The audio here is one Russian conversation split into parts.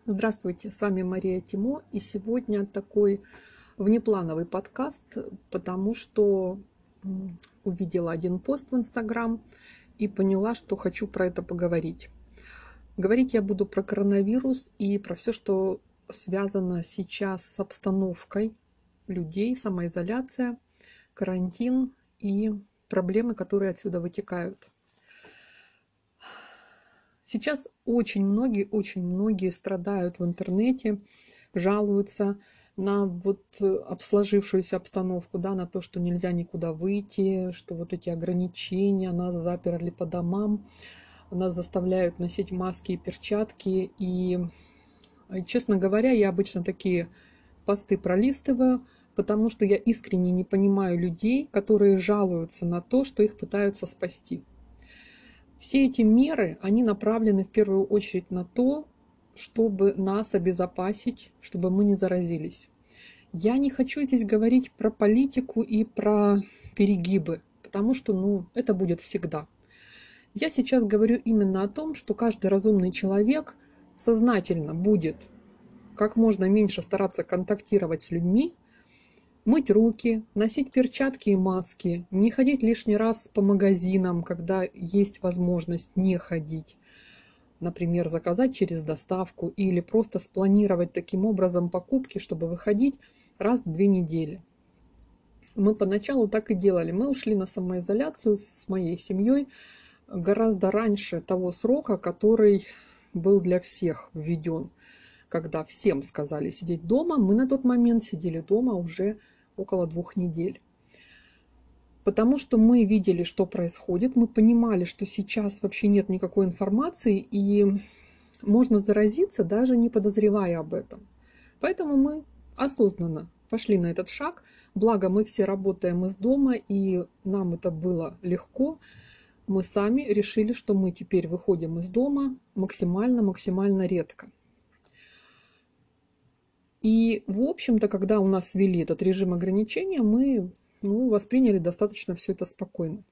Здравствуйте, с вами Мария Тимо, и сегодня такой внеплановый подкаст, потому что увидела один пост в Инстаграм и поняла, что хочу про это поговорить. Говорить я буду про коронавирус и про все, что связано сейчас с обстановкой людей, самоизоляция, карантин и проблемы, которые отсюда вытекают. Сейчас очень многие страдают в интернете, жалуются на сложившуюся обстановку, да, на то, что нельзя никуда выйти, что вот эти ограничения, нас заперли по домам, нас заставляют носить маски и перчатки. И, честно говоря, я обычно такие посты пролистываю, потому что я искренне не понимаю людей, которые жалуются на то, что их пытаются спасти. Все эти меры, они направлены в первую очередь на то, чтобы нас обезопасить, чтобы мы не заразились. Я не хочу здесь говорить про политику и про перегибы, потому что, это будет всегда. Я сейчас говорю именно о том, что каждый разумный человек сознательно будет как можно меньше стараться контактировать с людьми, мыть руки, носить перчатки и маски, не ходить лишний раз по магазинам, когда есть возможность не ходить. Например, заказать через доставку или просто спланировать таким образом покупки, чтобы выходить раз в 2 недели. Мы поначалу так и делали. Мы ушли на самоизоляцию с моей семьей гораздо раньше того срока, который был для всех введен. Когда всем сказали сидеть дома, мы на тот момент сидели дома уже около 2 недель. Потому что мы видели, что происходит, мы понимали, что сейчас вообще нет никакой информации, и можно заразиться, даже не подозревая об этом. Поэтому мы осознанно пошли на этот шаг. Благо, мы все работаем из дома, и нам это было легко. Мы сами решили, что мы теперь выходим из дома максимально редко. И, в общем-то, когда у нас ввели этот режим ограничения, мы восприняли достаточно все это спокойно.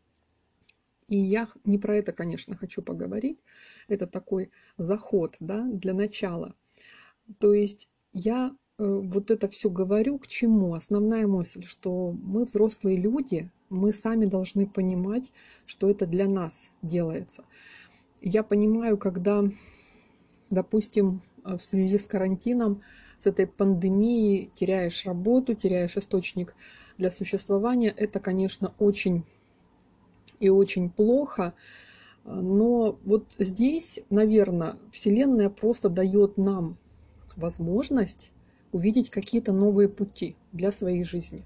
И я не про это, конечно, хочу поговорить. Это такой заход, да, для начала. То есть я вот это все говорю к чему? Основная мысль, что мы взрослые люди, мы сами должны понимать, что это для нас делается. Я понимаю, когда, допустим, в связи с карантином, с этой пандемией теряешь работу, теряешь источник для существования, это, конечно, очень и очень плохо. Но вот здесь, наверное, Вселенная просто дает нам возможность увидеть какие-то новые пути для своей жизни.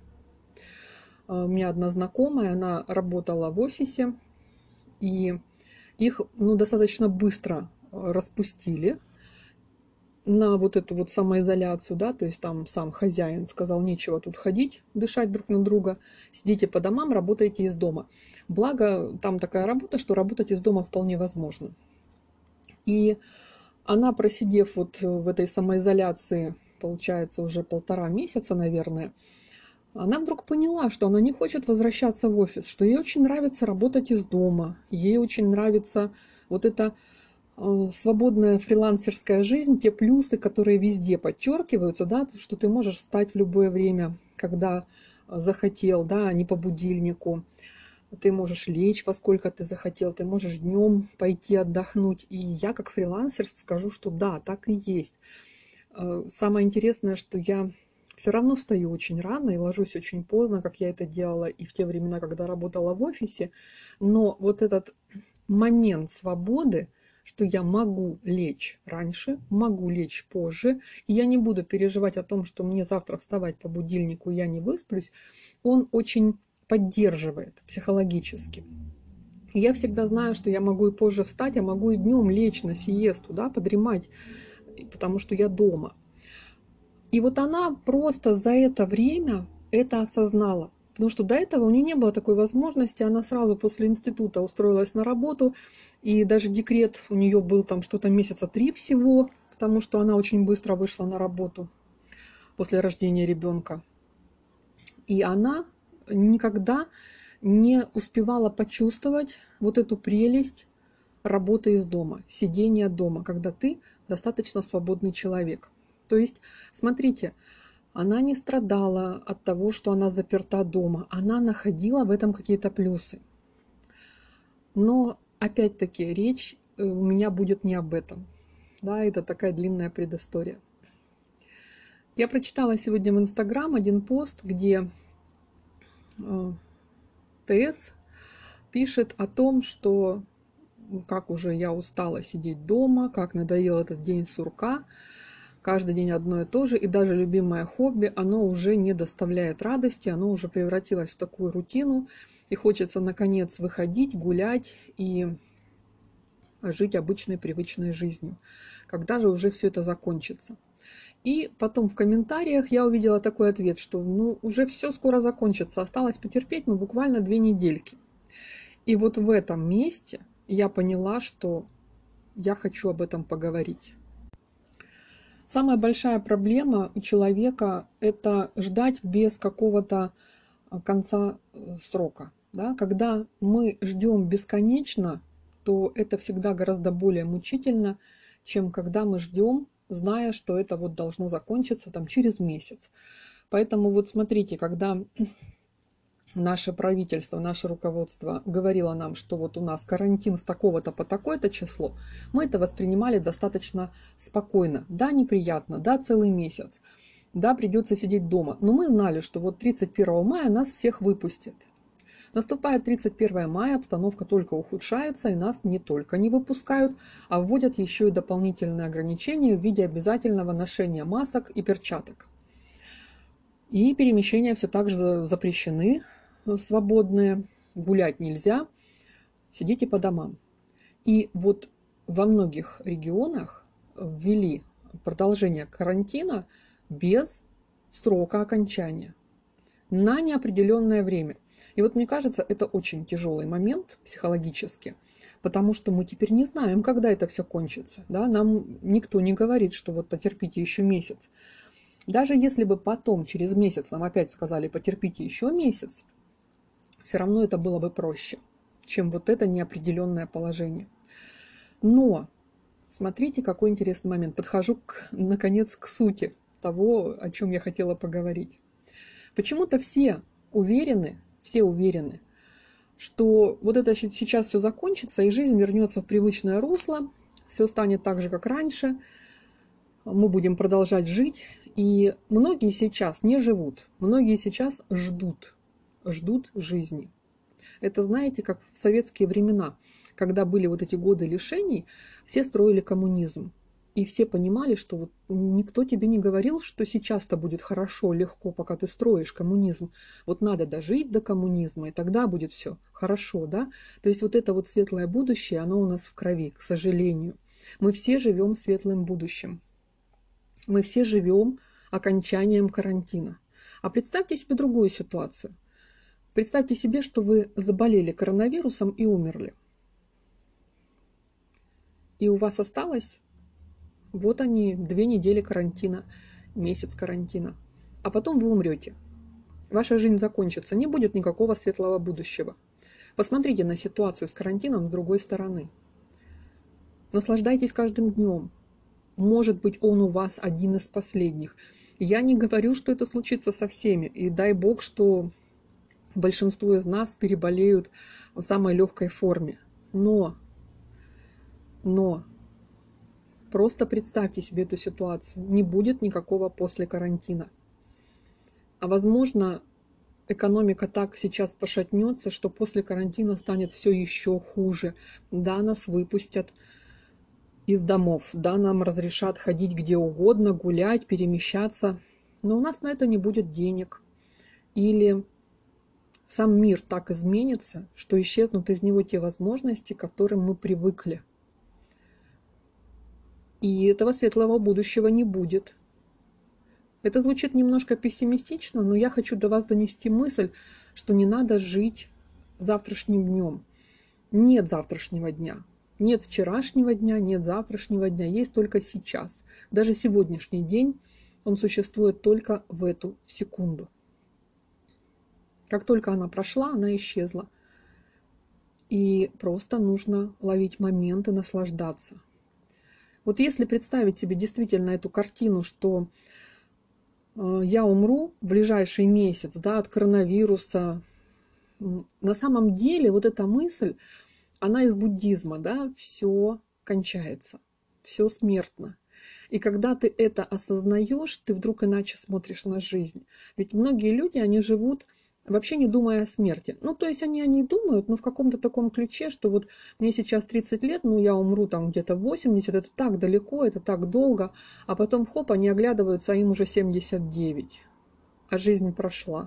У меня одна знакомая, она работала в офисе, и их достаточно быстро распустили на вот эту вот самоизоляцию, да, то есть там сам хозяин сказал, нечего тут ходить, дышать друг на друга, сидите по домам, работайте из дома. Благо, там такая работа, что работать из дома вполне возможно. И она, просидев вот в этой самоизоляции, получается, уже 1,5 месяца, наверное, она вдруг поняла, что она не хочет возвращаться в офис, что ей очень нравится работать из дома, ей очень нравится вот эта свободная фрилансерская жизнь, те плюсы, которые везде подчеркиваются, да, что ты можешь встать в любое время, когда захотел, да, а не по будильнику. Ты можешь лечь во сколько ты захотел, ты можешь днем пойти отдохнуть. И я как фрилансер скажу, что да, так и есть. Самое интересное, что я все равно встаю очень рано и ложусь очень поздно, как я это делала и в те времена, когда работала в офисе. Но вот этот момент свободы, что я могу лечь раньше, могу лечь позже, и я не буду переживать о том, что мне завтра вставать по будильнику, я не высплюсь, он очень поддерживает психологически. Я всегда знаю, что я могу и позже встать, а могу и днем лечь на сиесту, да, подремать, потому что я дома. И вот она просто за это время это осознала. Потому что до этого у нее не было такой возможности. Она сразу после института устроилась на работу. И даже декрет у нее был там что-то месяца 3 всего, потому что она очень быстро вышла на работу после рождения ребенка. И она никогда не успевала почувствовать вот эту прелесть работы из дома, сидения дома, когда ты достаточно свободный человек. То есть, смотрите, она не страдала от того, что она заперта дома. Она находила в этом какие-то плюсы. Но, опять-таки, речь у меня будет не об этом. Да, это такая длинная предыстория. Я прочитала сегодня в Инстаграм один пост, где ТС пишет о том, что как уже я устала сидеть дома, как надоел этот день сурка, каждый день одно и то же, и даже любимое хобби, оно уже не доставляет радости, оно уже превратилось в такую рутину, и хочется, наконец, выходить, гулять и жить обычной привычной жизнью. Когда же уже все это закончится? И потом в комментариях я увидела такой ответ, что уже все скоро закончится, осталось потерпеть, буквально 2 недельки. И вот в этом месте я поняла, что я хочу об этом поговорить. Самая большая проблема у человека – это ждать без какого-то конца срока. Да? Когда мы ждем бесконечно, то это всегда гораздо более мучительно, чем когда мы ждем, зная, что это вот должно закончиться через месяц. Поэтому вот смотрите, когда наше правительство, наше руководство говорило нам, что вот у нас карантин с такого-то по такое-то число, мы это воспринимали достаточно спокойно. Да, неприятно, да, целый месяц, да, придется сидеть дома. Но мы знали, что вот 31 мая нас всех выпустят. Наступает 31 мая, обстановка только ухудшается, и нас не только не выпускают, а вводят еще и дополнительные ограничения в виде обязательного ношения масок и перчаток. И перемещения все так же запрещены, свободные, гулять нельзя, сидите по домам. И вот во многих регионах ввели продолжение карантина без срока окончания на неопределенное время. И вот мне кажется, это очень тяжелый момент психологически, потому что мы теперь не знаем, когда это все кончится. Да? Нам никто не говорит, что вот потерпите еще месяц. Даже если бы потом, через месяц, нам опять сказали, потерпите еще месяц, все равно это было бы проще, чем вот это неопределенное положение. Но смотрите, какой интересный момент. Подхожу, наконец, к сути того, о чем я хотела поговорить. Почему-то все уверены, что вот это сейчас все закончится, и жизнь вернется в привычное русло, все станет так же, как раньше, мы будем продолжать жить. И многие сейчас не живут, многие сейчас ждут жизни. Это, знаете, как в советские времена, когда были вот эти годы лишений, все строили коммунизм. И все понимали, что вот никто тебе не говорил, что сейчас-то будет хорошо, легко, пока ты строишь коммунизм. Вот надо дожить до коммунизма, и тогда будет все хорошо, да? То есть вот это вот светлое будущее, оно у нас в крови, к сожалению. Мы все живем светлым будущим. Мы все живем окончанием карантина. А представьте себе другую ситуацию. Представьте себе, что вы заболели коронавирусом и умерли. И у вас осталось, вот они, 2 недели карантина, месяц карантина. А потом вы умрете. Ваша жизнь закончится, не будет никакого светлого будущего. Посмотрите на ситуацию с карантином с другой стороны. Наслаждайтесь каждым днем. Может быть, он у вас один из последних. Я не говорю, что это случится со всеми. И дай бог, что большинство из нас переболеют в самой легкой форме. Но просто представьте себе эту ситуацию. Не будет никакого после карантина. А возможно, экономика так сейчас пошатнется, что после карантина станет все еще хуже. Да, нас выпустят из домов, да, нам разрешат ходить где угодно, гулять, перемещаться, но у нас на это не будет денег. Или сам мир так изменится, что исчезнут из него те возможности, к которым мы привыкли. И этого светлого будущего не будет. Это звучит немножко пессимистично, но я хочу до вас донести мысль, что не надо жить завтрашним днем. Нет завтрашнего дня. Нет вчерашнего дня, нет завтрашнего дня, есть только сейчас. Даже сегодняшний день, он существует только в эту секунду. Как только она прошла, она исчезла. И просто нужно ловить момент и наслаждаться. Вот если представить себе действительно эту картину, что я умру в ближайший месяц, да, от коронавируса, на самом деле вот эта мысль, она из буддизма, да, все кончается, все смертно. И когда ты это осознаешь, ты вдруг иначе смотришь на жизнь. Ведь многие люди, они живут вообще не думая о смерти. Ну, то есть они о ней думают, но в каком-то таком ключе, что вот мне сейчас 30 лет, ну, я умру там где-то в 80, это так далеко, это так долго, а потом, хоп, они оглядываются, а им уже 79, а жизнь прошла.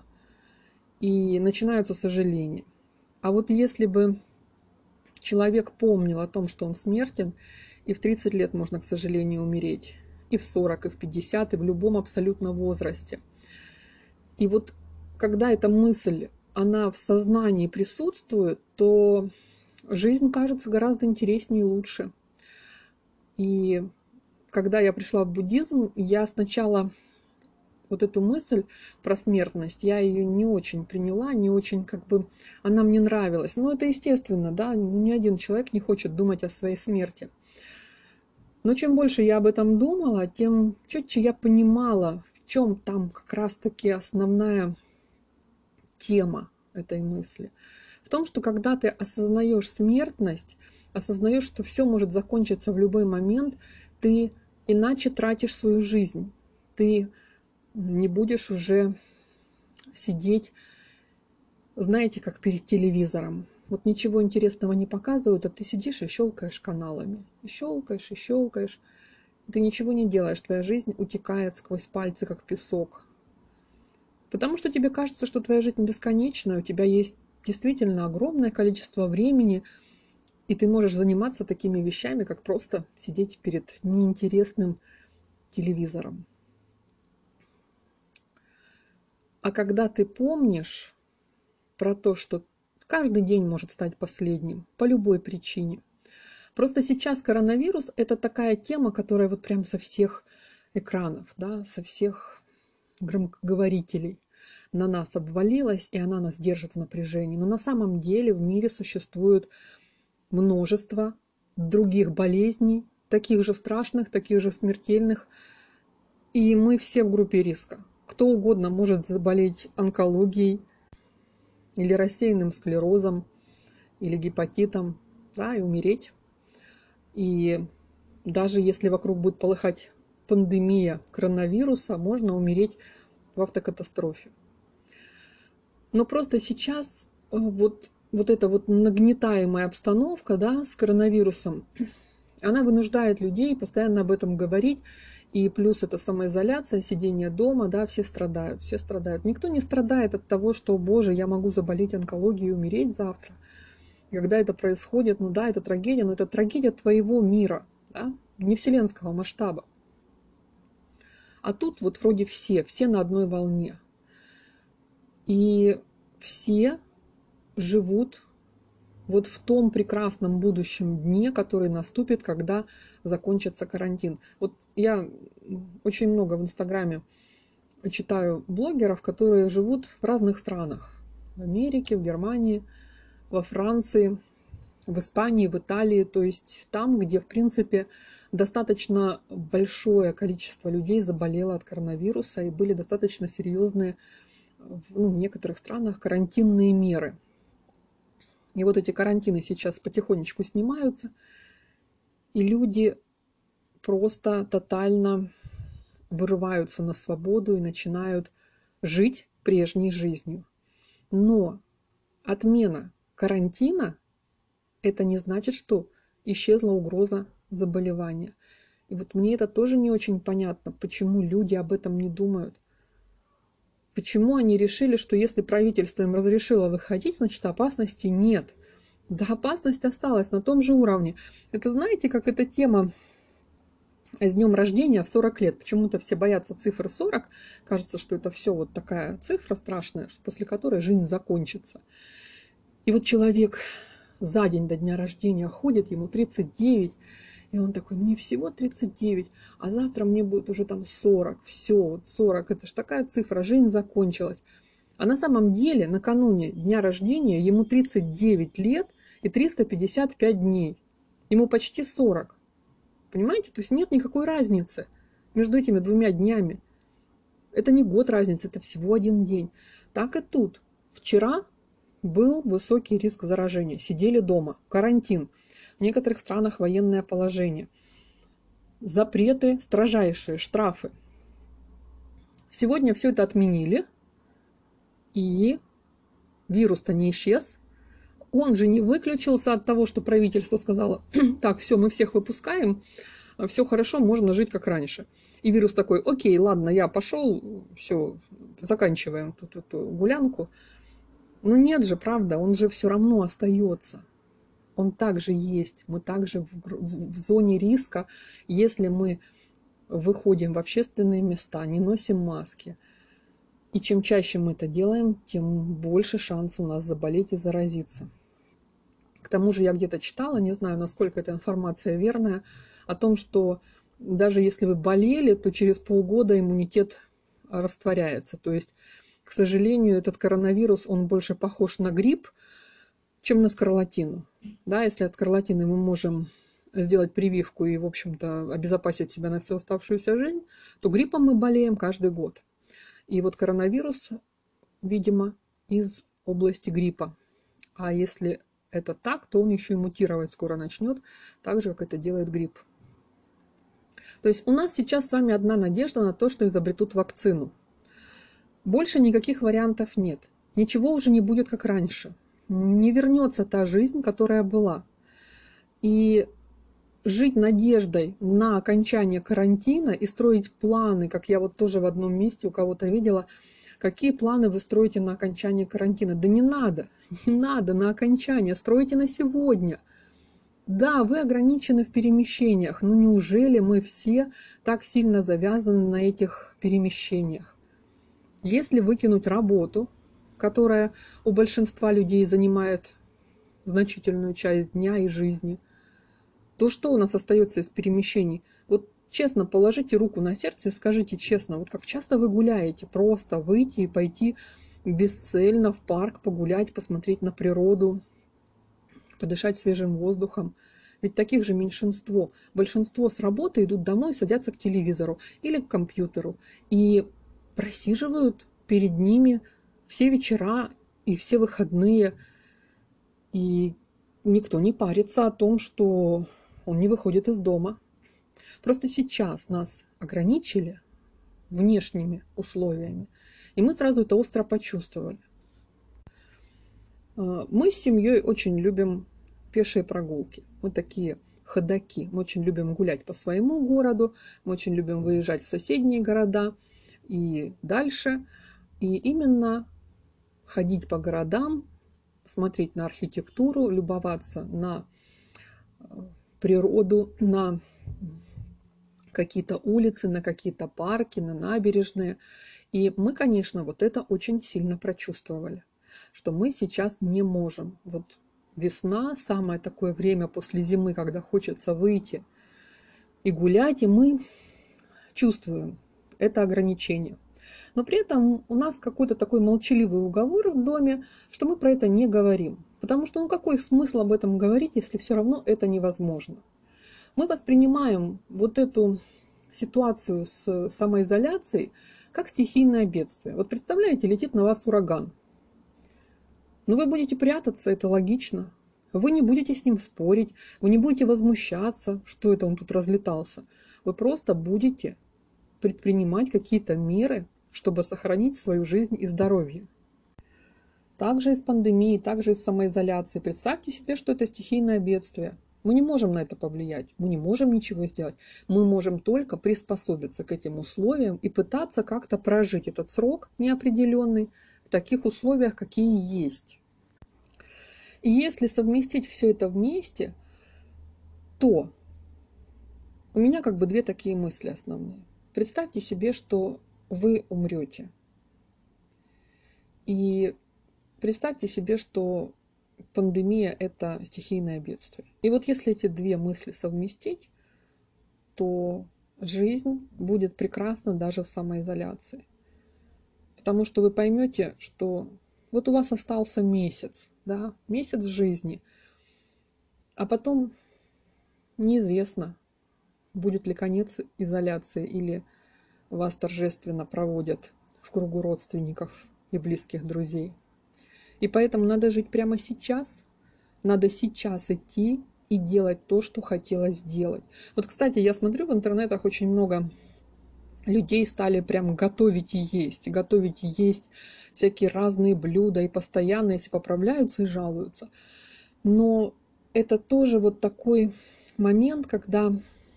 И начинаются сожаления. А вот если бы человек помнил о том, что он смертен, и в 30 лет можно, к сожалению, умереть, и в 40, и в 50, и в любом абсолютно возрасте. И вот когда эта мысль, она в сознании присутствует, то жизнь кажется гораздо интереснее и лучше. И когда я пришла в буддизм, я сначала вот эту мысль про смертность, я ее не очень приняла, не очень она мне нравилась. Но это естественно, да, ни один человек не хочет думать о своей смерти. Но чем больше я об этом думала, тем четче я понимала, в чем там как раз-таки основная тема этой мысли. В том, что когда ты осознаешь смертность, осознаешь, что все может закончиться в любой момент, ты иначе тратишь свою жизнь. Ты не будешь уже сидеть, знаете, как перед телевизором. Вот ничего интересного не показывают, а ты сидишь и щелкаешь каналами. И щелкаешь, и щелкаешь. Ты ничего не делаешь, твоя жизнь утекает сквозь пальцы, как песок. Потому что тебе кажется, что твоя жизнь бесконечна, у тебя есть действительно огромное количество времени, и ты можешь заниматься такими вещами, как просто сидеть перед неинтересным телевизором. А когда ты помнишь про то, что каждый день может стать последним по любой причине. Просто сейчас коронавирус – это такая тема, которая вот прям со всех экранов, да, со всех громкоговорителей на нас обвалилась, и она нас держит в напряжении. Но на самом деле в мире существует множество других болезней, таких же страшных, таких же смертельных, и мы все в группе риска. Кто угодно может заболеть онкологией или рассеянным склерозом, или гепатитом, да, и умереть. И даже если вокруг будет полыхать пандемия коронавируса, можно умереть в автокатастрофе. Но просто сейчас вот эта вот нагнетаемая обстановка, да, с коронавирусом, она вынуждает людей постоянно об этом говорить. И плюс это самоизоляция, сидение дома, да, все страдают, все страдают. Никто не страдает от того, что, боже, я могу заболеть онкологией и умереть завтра. Когда это происходит, ну да, это трагедия, но это трагедия твоего мира, да, не вселенского масштаба. А тут вот вроде все на одной волне. И все живут вот в том прекрасном будущем дне, который наступит, когда закончится карантин. Вот я очень много в Инстаграме читаю блогеров, которые живут в разных странах. В Америке, в Германии, во Франции, в Испании, в Италии. То есть там, где, в принципе, достаточно большое количество людей заболело от коронавируса и были достаточно серьезные, в некоторых странах, карантинные меры. И вот эти карантины сейчас потихонечку снимаются, и люди просто тотально вырываются на свободу и начинают жить прежней жизнью. Но отмена карантина – это не значит, что исчезла угроза заболевания. И вот мне это тоже не очень понятно, почему люди об этом не думают. Почему они решили, что если правительство им разрешило выходить, значит опасности нет. Да, опасность осталась на том же уровне. Это знаете, как эта тема с днем рождения в 40 лет. Почему-то все боятся цифры 40. Кажется, что это все вот такая цифра страшная, после которой жизнь закончится. И вот человек за день до дня рождения ходит, ему 39, и он такой, мне всего 39, а завтра мне будет уже там 40. Все, вот 40, это ж такая цифра, жизнь закончилась. А на самом деле накануне дня рождения ему 39 лет и 355 дней. Ему почти 40. Понимаете? То есть нет никакой разницы между этими 2 днями. Это не год разницы, это всего 1 день. Так и тут. Вчера был высокий риск заражения. Сидели дома. Карантин. В некоторых странах военное положение. Запреты строжайшие, штрафы. Сегодня все это отменили. И вирус-то не исчез. Он же не выключился от того, что правительство сказало: так, все, мы всех выпускаем, все хорошо, можно жить как раньше. И вирус такой: окей, ладно, я пошел, все, заканчиваем эту гулянку. Но нет же, правда, он же все равно остается. Он также есть. Мы также в зоне риска, если мы выходим в общественные места, не носим маски. И чем чаще мы это делаем, тем больше шанс у нас заболеть и заразиться. К тому же я где-то читала, не знаю, насколько эта информация верная, о том, что даже если вы болели, то через полгода иммунитет растворяется. То есть, к сожалению, этот коронавирус, он больше похож на грипп, чем на скарлатину. Да, если от скарлатины мы можем сделать прививку и, в общем-то, обезопасить себя на всю оставшуюся жизнь, то гриппом мы болеем каждый год. И вот коронавирус, видимо, из области гриппа. А если это так, то он еще и мутировать скоро начнет, так же, как это делает грипп. То есть у нас сейчас с вами одна надежда на то, что изобретут вакцину. Больше никаких вариантов нет. Ничего уже не будет, как раньше. Не вернется та жизнь, которая была. И жить надеждой на окончание карантина и строить планы, как я вот тоже в одном месте у кого-то видела, какие планы вы строите на окончание карантина? Да не надо на окончание, стройте на сегодня. Да, вы ограничены в перемещениях, но неужели мы все так сильно завязаны на этих перемещениях? Если выкинуть работу, которая у большинства людей занимает значительную часть дня и жизни, то что у нас остается из перемещений? Вот честно, положите руку на сердце и скажите честно, вот как часто вы гуляете, просто выйти и пойти бесцельно в парк погулять, посмотреть на природу, подышать свежим воздухом. Ведь таких же меньшинство. Большинство с работы идут домой, садятся к телевизору или к компьютеру и просиживают перед ними все вечера и все выходные. И никто не парится о том, что он не выходит из дома. Просто сейчас нас ограничили внешними условиями, и мы сразу это остро почувствовали. Мы с семьей очень любим пешие прогулки. Мы такие ходоки. Мы очень любим гулять по своему городу, мы очень любим выезжать в соседние города и дальше. И именно ходить по городам, смотреть на архитектуру, любоваться на природу, на какие-то улицы, на какие-то парки, на набережные. И мы, конечно, вот это очень сильно прочувствовали, что мы сейчас не можем. Вот весна, самое такое время после зимы, когда хочется выйти и гулять, и мы чувствуем это ограничение. Но при этом у нас какой-то такой молчаливый уговор в доме, что мы про это не говорим. Потому что ну какой смысл об этом говорить, если все равно это невозможно? Мы воспринимаем вот эту ситуацию с самоизоляцией как стихийное бедствие. Вот представляете, летит на вас ураган. Но вы будете прятаться, это логично. Вы не будете с ним спорить, вы не будете возмущаться, что это он тут разлетался. Вы просто будете предпринимать какие-то меры, чтобы сохранить свою жизнь и здоровье. Также и с пандемией, также и с самоизоляцией. Представьте себе, что это стихийное бедствие. Мы не можем на это повлиять, мы не можем ничего сделать. Мы можем только приспособиться к этим условиям и пытаться как-то прожить этот срок неопределенный в таких условиях, какие есть. И если совместить все это вместе, то у меня как бы две такие мысли основные. Представьте себе, что вы умрете. И представьте себе, что пандемия – это стихийное бедствие. И вот если эти две мысли совместить, то жизнь будет прекрасна даже в самоизоляции. Потому что вы поймете, что вот у вас остался месяц, да, месяц жизни, а потом неизвестно, будет ли конец изоляции или вас торжественно проводят в кругу родственников и близких друзей. И поэтому надо жить прямо сейчас, надо сейчас идти и делать то, что хотелось сделать. Вот, кстати, я смотрю в интернетах очень много людей стали прям готовить и есть всякие разные блюда и постоянно, если поправляются и жалуются. Но это тоже вот такой момент, когда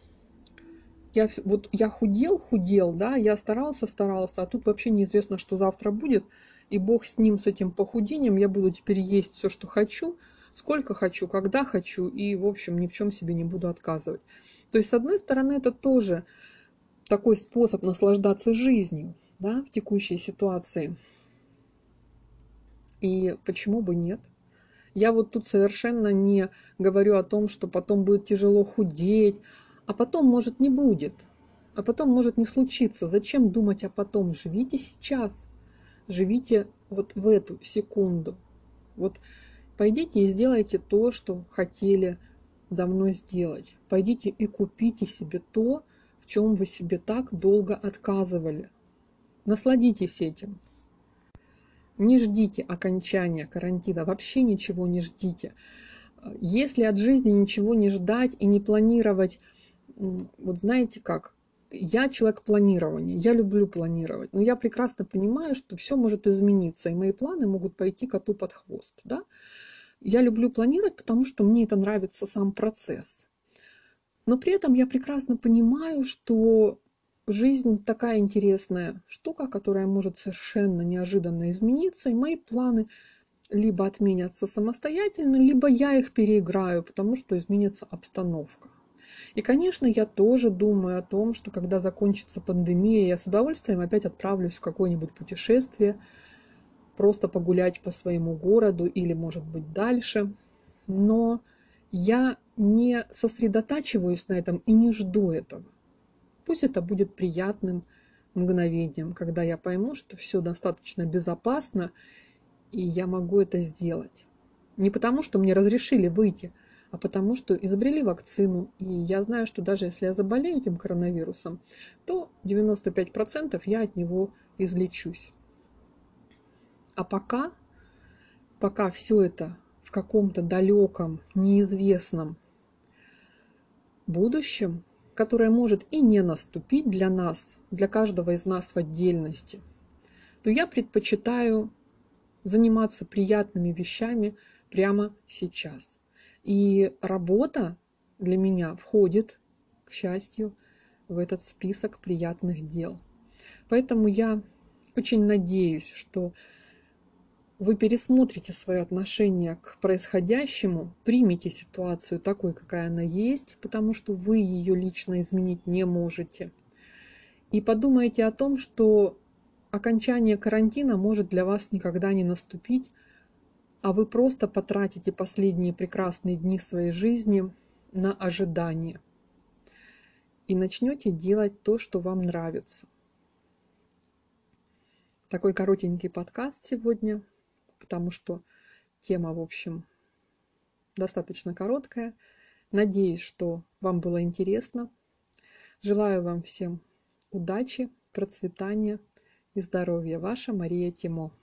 я худел, да, я старался, а тут вообще неизвестно, что завтра будет, и бог с ним, с этим похудением, я буду теперь есть все, что хочу, сколько хочу, когда хочу, и, в общем, ни в чем себе не буду отказывать. То есть, с одной стороны, это тоже такой способ наслаждаться жизнью, да, в текущей ситуации. И почему бы нет? Я вот тут совершенно не говорю о том, что потом будет тяжело худеть, а потом, может, не будет, а потом может не случиться. Зачем думать о потом? Живите сейчас, живите вот в эту секунду. Вот пойдите и сделайте то, что хотели давно сделать. Пойдите и купите себе то, в чем вы себе так долго отказывали. Насладитесь этим. Не ждите окончания карантина, вообще ничего не ждите. Если от жизни ничего не ждать и не планировать, вот знаете как, я человек планирования, я люблю планировать, но я прекрасно понимаю, что все может измениться, и мои планы могут пойти коту под хвост. Да? Я люблю планировать, потому что мне это нравится сам процесс. Но при этом я прекрасно понимаю, что жизнь такая интересная штука, которая может совершенно неожиданно измениться, и мои планы либо отменятся самостоятельно, либо я их переиграю, потому что изменится обстановка. И, конечно, я тоже думаю о том, что когда закончится пандемия, я с удовольствием опять отправлюсь в какое-нибудь путешествие, просто погулять по своему городу или, может быть, дальше. Но я не сосредотачиваюсь на этом и не жду этого. Пусть это будет приятным мгновением, когда я пойму, что все достаточно безопасно, и я могу это сделать. Не потому, что мне разрешили выйти, а потому, что изобрели вакцину. И я знаю, что даже если я заболею этим коронавирусом, то 95% я от него излечусь. А пока все это в каком-то далеком, неизвестном будущем, которое может и не наступить для нас, для каждого из нас в отдельности, то я предпочитаю заниматься приятными вещами прямо сейчас. И работа для меня входит, к счастью, в этот список приятных дел. Поэтому я очень надеюсь, что вы пересмотрите свое отношение к происходящему, примите ситуацию такой, какая она есть, потому что вы ее лично изменить не можете. И подумайте о том, что окончание карантина может для вас никогда не наступить, а вы просто потратите последние прекрасные дни своей жизни на ожидание и начнете делать то, что вам нравится. Такой коротенький подкаст сегодня, потому что тема, в общем, достаточно короткая. Надеюсь, что вам было интересно. Желаю вам всем удачи, процветания и здоровья. Ваша Мария Тимо.